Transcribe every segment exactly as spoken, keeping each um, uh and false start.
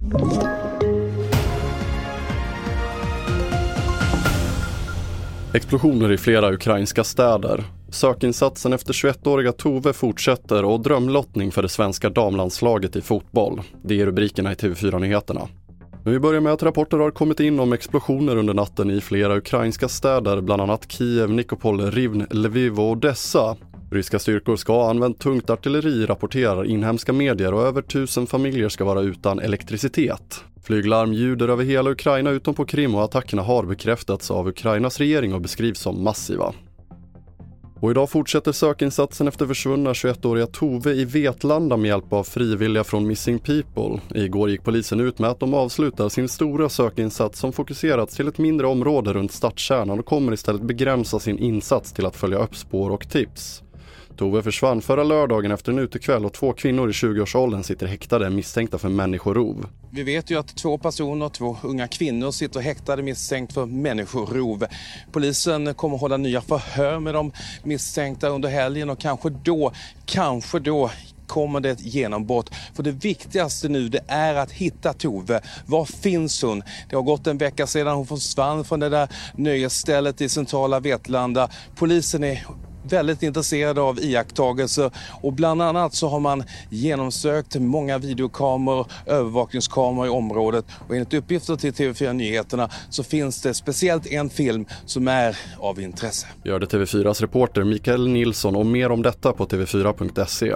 Explosioner i flera ukrainska städer. Sökinsatsen efter tjugoettåriga Tove fortsätter och drömlottning för det svenska damlandslaget i fotboll. Det är rubrikerna i T V fyra-nyheterna. Men vi börjar med att rapporter har kommit in om explosioner under natten i flera ukrainska städer, bland annat Kiev, Nikopol, Rivne, Lviv och Odessa. Ryska styrkor ska ha använt tungt artilleri, rapporterar inhemska medier, och över tusen familjer ska vara utan elektricitet. Flyglarm ljuder över hela Ukraina utom på Krim, och attackerna har bekräftats av Ukrainas regering och beskrivs som massiva. Och idag fortsätter sökinsatsen efter försvunna tjugoettåriga Tove i Vetlanda med hjälp av frivilliga från Missing People. Igår gick polisen ut med att de avslutar sin stora sökinsats som fokuserats till ett mindre område runt stadskärnan och kommer istället begränsa sin insats till att följa upp spår och tips. Tove försvann förra lördagen efter en utekväll, och två kvinnor i tjugoårsåldern sitter häktade misstänkta för människorov. Vi vet ju att två personer, två unga kvinnor, sitter häktade misstänkt för människorov. Polisen kommer att hålla nya förhör med de misstänkta under helgen, och kanske då, kanske då kommer det ett genombrott. För det viktigaste nu, det är att hitta Tove. Var finns hon? Det har gått en vecka sedan hon försvann från det där nöjesstället i centrala Vetlanda. Polisen är väldigt intresserade av iakttagelser, och bland annat så har man genomsökt många videokameror, övervakningskameror i området, och enligt uppgifter till T V fyra-nyheterna så finns det speciellt en film som är av intresse. Gör det T V fyras reporter Mikael Nilsson, och mer om detta på t v fyra punkt se.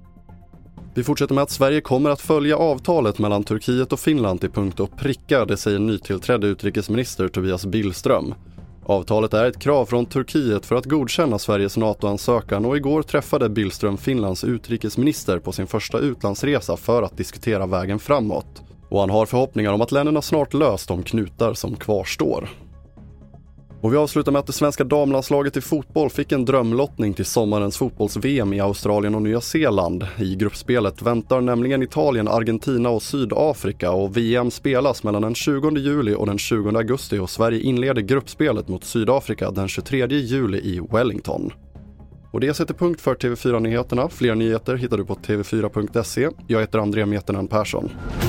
Vi fortsätter med att Sverige kommer att följa avtalet mellan Turkiet och Finland till punkt och pricka, det säger nytillträdd utrikesminister Tobias Billström. Avtalet är ett krav från Turkiet för att godkänna Sveriges NATO-ansökan, och igår träffade Billström Finlands utrikesminister på sin första utlandsresa för att diskutera vägen framåt. Och han har förhoppningar om att länderna snart löst de knutar som kvarstår. Och vi avslutar med att det svenska damlandslaget i fotboll fick en drömlottning till sommarens fotbolls-V M i Australien och Nya Zeeland. I gruppspelet väntar nämligen Italien, Argentina och Sydafrika, och V M spelas mellan den tjugonde juli och den tjugonde augusti, och Sverige inleder gruppspelet mot Sydafrika den tjugotredje juli i Wellington. Och det sätter punkt för T V fyra-nyheterna. Fler nyheter hittar du på t v fyra punkt se. Jag heter André Metenen Persson.